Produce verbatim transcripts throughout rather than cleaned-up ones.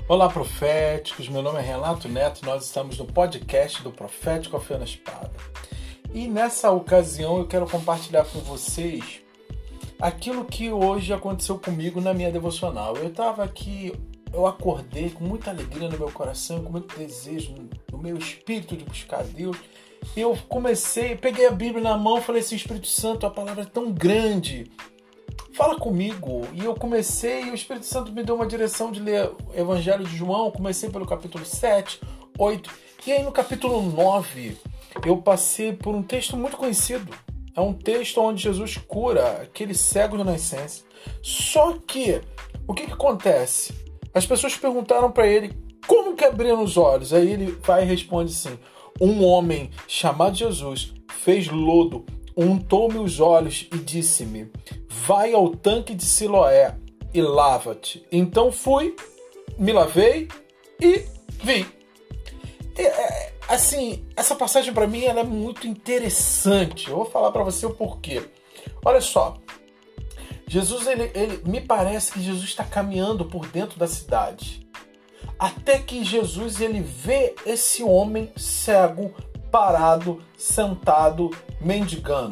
Olá, proféticos, meu nome é Renato Neto, nós estamos no podcast do Profético A Fé na Espada. E nessa ocasião eu quero compartilhar com vocês aquilo que hoje aconteceu comigo na minha devocional. Eu estava aqui, eu acordei com muita alegria no meu coração, com muito desejo no meu espírito de buscar Deus. E eu comecei, peguei a Bíblia na mão e falei assim: Espírito Santo, a palavra é tão grande, fala comigo. E eu comecei, e o Espírito Santo me deu uma direção de ler o Evangelho de João. Comecei pelo capítulo sete, oito, e aí no capítulo nove eu passei por um texto muito conhecido. É um texto onde Jesus cura aquele cego de nascença. Só que, o que, que acontece? As pessoas perguntaram para ele como que abriram os olhos. Aí ele vai e responde assim: um homem chamado Jesus fez lodo, untou-me os olhos e disse-me: vai ao tanque de Siloé e lava-te. Então fui, me lavei e vi. E, é, assim, essa passagem para mim ela é muito interessante. Eu vou falar para você o porquê. Olha só, Jesus, ele, ele me parece que Jesus está caminhando por dentro da cidade, até que Jesus ele vê esse homem cego parado, sentado, mendigando.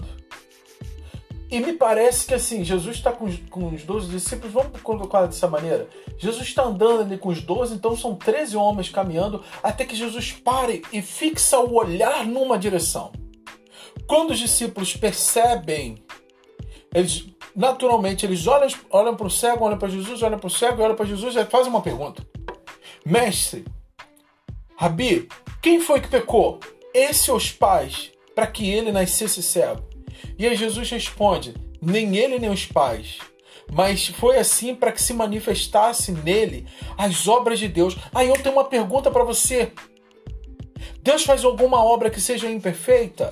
E me parece que assim, Jesus está com, com os doze discípulos, vamos colocar dessa maneira. Jesus está andando ali com os doze, então são treze homens caminhando, até que Jesus pare e fixa o olhar numa direção. Quando os discípulos percebem, eles naturalmente eles olham, olham para o cego, olham para Jesus, olham para o cego, olham para Jesus e fazem uma pergunta: Mestre, Rabi, quem foi que pecou? Esse ou os pais, para que ele nascesse cego? E aí Jesus responde: nem ele nem os pais, mas foi assim para que se manifestasse nele as obras de Deus. Aí eu tenho uma pergunta para você: Deus faz alguma obra que seja imperfeita?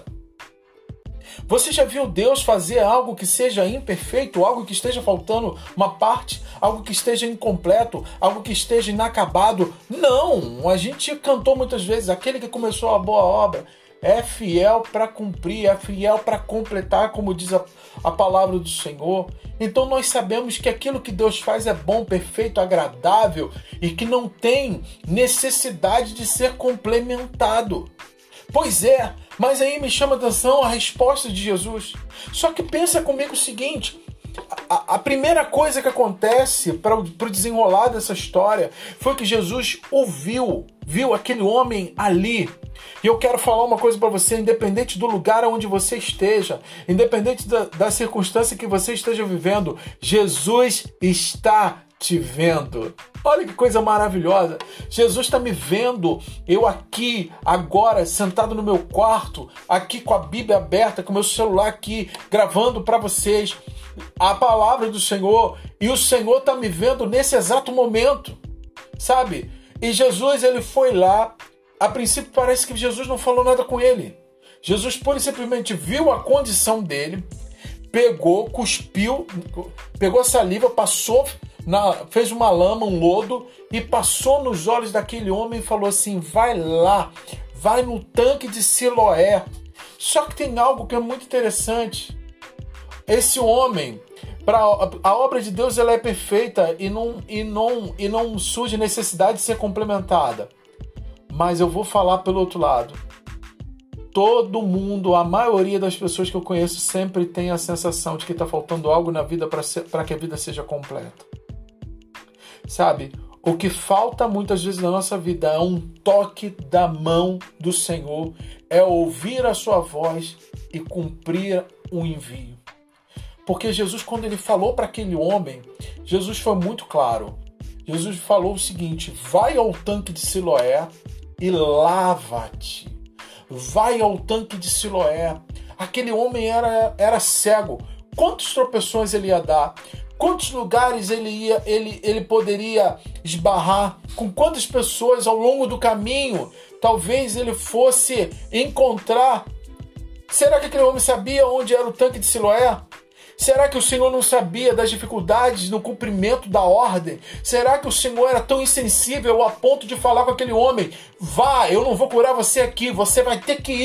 Você já viu Deus fazer algo que seja imperfeito, algo que esteja faltando uma parte, algo que esteja incompleto, algo que esteja inacabado? Não! A gente cantou muitas vezes: aquele que começou a boa obra é fiel para cumprir, é fiel para completar, como diz a, a palavra do Senhor. Então nós sabemos que aquilo que Deus faz é bom, perfeito, agradável e que não tem necessidade de ser complementado. Pois é, mas aí me chama a atenção a resposta de Jesus. Só que pensa comigo o seguinte: a, a primeira coisa que acontece para o desenrolar dessa história foi que Jesus ouviu, viu aquele homem ali. E eu quero falar uma coisa para você: independente do lugar onde você esteja, independente da, da circunstância que você esteja vivendo, Jesus está te vendo. Olha que coisa maravilhosa. Jesus está me vendo, eu aqui, agora, sentado no meu quarto, aqui com a Bíblia aberta, com o meu celular aqui, gravando para vocês a palavra do Senhor. E o Senhor está me vendo nesse exato momento, sabe? E Jesus, ele foi lá. A princípio parece que Jesus não falou nada com ele. Jesus pura e simplesmente viu a condição dele, pegou, cuspiu, pegou a saliva, passou, na, fez uma lama, um lodo, e passou nos olhos daquele homem e falou assim: vai lá, vai no tanque de Siloé. Só que tem algo que é muito interessante. Esse homem, pra, a obra de Deus ela é perfeita e não, e, não, e não surge necessidade de ser complementada. Mas eu vou falar pelo outro lado. Todo mundo, a maioria das pessoas que eu conheço sempre tem a sensação de que está faltando algo na vida para que a vida seja completa. Sabe? O que falta muitas vezes na nossa vida é um toque da mão do Senhor, é ouvir a sua voz e cumprir o envio. Porque Jesus, quando ele falou para aquele homem, Jesus foi muito claro. Jesus falou o seguinte: vai ao tanque de Siloé e lava-te. Vai ao tanque de Siloé. Aquele homem era, era cego. Quantos tropeções ele ia dar? Quantos lugares ele, ia, ele, ele poderia esbarrar? Com quantas pessoas ao longo do caminho talvez ele fosse encontrar? Será que aquele homem sabia onde era o tanque de Siloé? Será que o Senhor não sabia das dificuldades no cumprimento da ordem? Será que o Senhor era tão insensível a ponto de falar com aquele homem: vá, eu não vou curar você aqui, você vai ter que ir.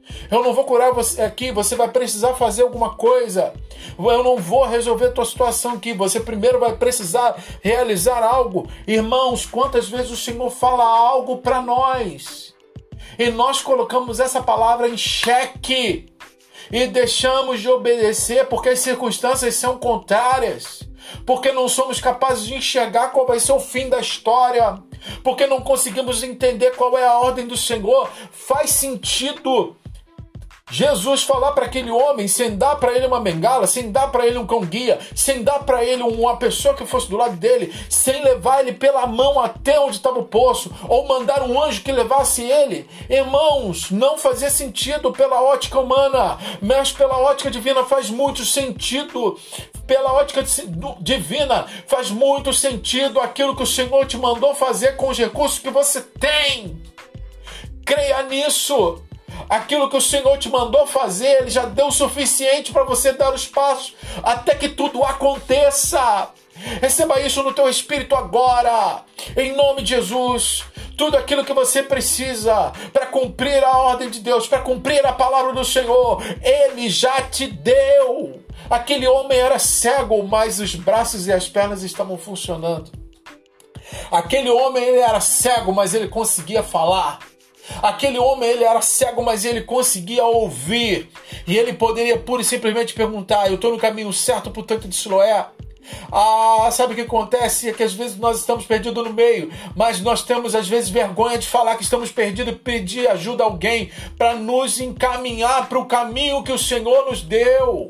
Eu não vou curar você aqui, você vai precisar fazer alguma coisa. Eu não vou resolver a tua situação aqui, você primeiro vai precisar realizar algo. Irmãos, quantas vezes o Senhor fala algo para nós e nós colocamos essa palavra em xeque e deixamos de obedecer porque as circunstâncias são contrárias, porque não somos capazes de enxergar qual vai ser o fim da história, porque não conseguimos entender qual é a ordem do Senhor. Faz sentido Jesus falar para aquele homem, sem dar para ele uma bengala, sem dar para ele um cão-guia, sem dar para ele uma pessoa que fosse do lado dele, sem levar ele pela mão até onde estava o poço, ou mandar um anjo que levasse ele. Irmãos, não fazia sentido pela ótica humana, mas pela ótica divina faz muito sentido. Pela ótica divina faz muito sentido aquilo que o Senhor te mandou fazer com os recursos que você tem. Creia nisso. Aquilo que o Senhor te mandou fazer, Ele já deu o suficiente para você dar os passos até que tudo aconteça. Receba isso no teu espírito agora, em nome de Jesus. Tudo aquilo que você precisa para cumprir a ordem de Deus, para cumprir a palavra do Senhor, Ele já te deu. Aquele homem era cego, mas os braços e as pernas estavam funcionando. Aquele homem ele era cego, mas ele conseguia falar. Aquele homem ele era cego, mas ele conseguia ouvir. E ele poderia pura e simplesmente perguntar: eu estou no caminho certo para o tanque de Siloé? Ah, sabe o que acontece? É que às vezes nós estamos perdidos no meio, mas nós temos às vezes vergonha de falar que estamos perdidos e pedir ajuda a alguém para nos encaminhar para o caminho que o Senhor nos deu.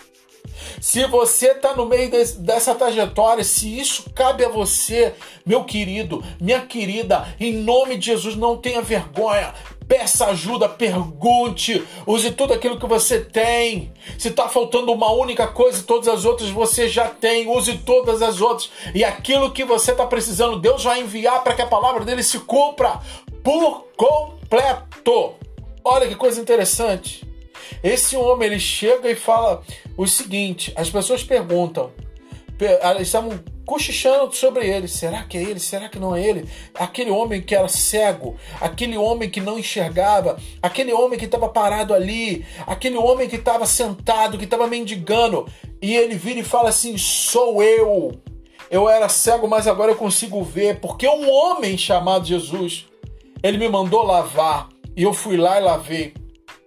Se você está no meio desse, dessa trajetória, se isso cabe a você, meu querido, minha querida, em nome de Jesus, não tenha vergonha. Peça ajuda, pergunte, use tudo aquilo que você tem. Se está faltando uma única coisa, todas as outras você já tem, use todas as outras. E aquilo que você está precisando, Deus vai enviar para que a palavra dele se cumpra por completo. Olha que coisa interessante. Esse homem, ele chega e fala o seguinte, as pessoas perguntam, eles estavam cochichando sobre ele, será que é ele, será que não é ele? Aquele homem que era cego, aquele homem que não enxergava, aquele homem que estava parado ali, aquele homem que estava sentado, que estava mendigando, e ele vira e fala assim, sou eu, eu era cego, mas agora eu consigo ver, porque um homem chamado Jesus, ele me mandou lavar, e eu fui lá e lavei.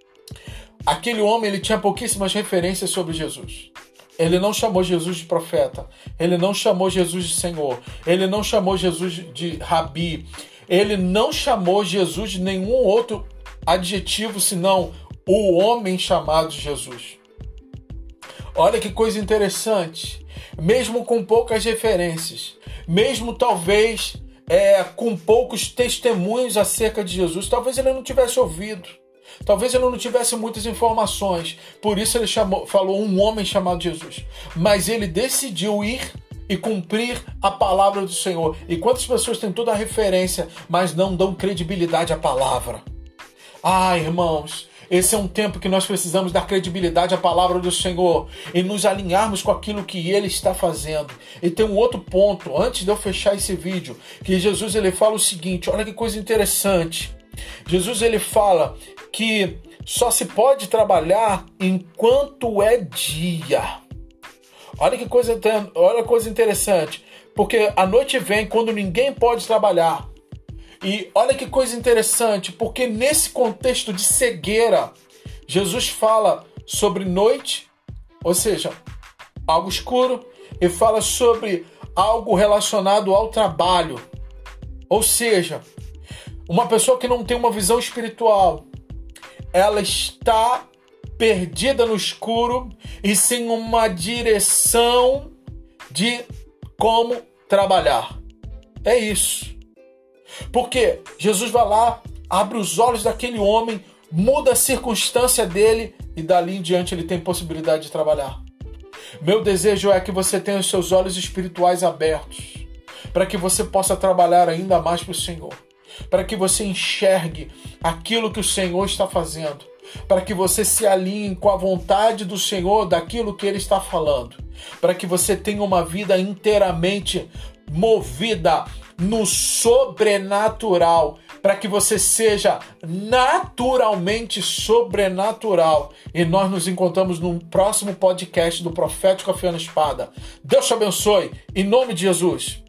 Aquele homem, ele tinha pouquíssimas referências sobre Jesus. Ele não chamou Jesus de profeta. Ele não chamou Jesus de Senhor. Ele não chamou Jesus de Rabi. Ele não chamou Jesus de nenhum outro adjetivo, senão o homem chamado Jesus. Olha que coisa interessante. Mesmo com poucas referências, mesmo talvez é, com poucos testemunhos acerca de Jesus, talvez ele não tivesse ouvido. Talvez ele não tivesse muitas informações, por isso ele chamou, falou um homem chamado Jesus. Mas ele decidiu ir e cumprir a palavra do Senhor. E quantas pessoas têm toda a referência, mas não dão credibilidade à palavra? Ah, irmãos, esse é um tempo que nós precisamos dar credibilidade à palavra do Senhor e nos alinharmos com aquilo que Ele está fazendo. E tem um outro ponto, antes de eu fechar esse vídeo, que Jesus ele fala o seguinte, olha que coisa interessante. Jesus ele fala que só se pode trabalhar enquanto é dia. Olha que coisa, olha que coisa interessante, porque a noite vem quando ninguém pode trabalhar. E olha que coisa interessante, porque nesse contexto de cegueira, Jesus fala sobre noite, ou seja, algo escuro, e fala sobre algo relacionado ao trabalho. Ou seja, uma pessoa que não tem uma visão espiritual, ela está perdida no escuro e sem uma direção de como trabalhar. É isso. Porque Jesus vai lá, abre os olhos daquele homem, muda a circunstância dele e dali em diante ele tem possibilidade de trabalhar. Meu desejo é que você tenha os seus olhos espirituais abertos para que você possa trabalhar ainda mais para o Senhor. Para que você enxergue aquilo que o Senhor está fazendo, para que você se alinhe com a vontade do Senhor, daquilo que Ele está falando, para que você tenha uma vida inteiramente movida no sobrenatural, para que você seja naturalmente sobrenatural. E nós nos encontramos no próximo podcast do Profético Afiando a Espada. Deus te abençoe, em nome de Jesus.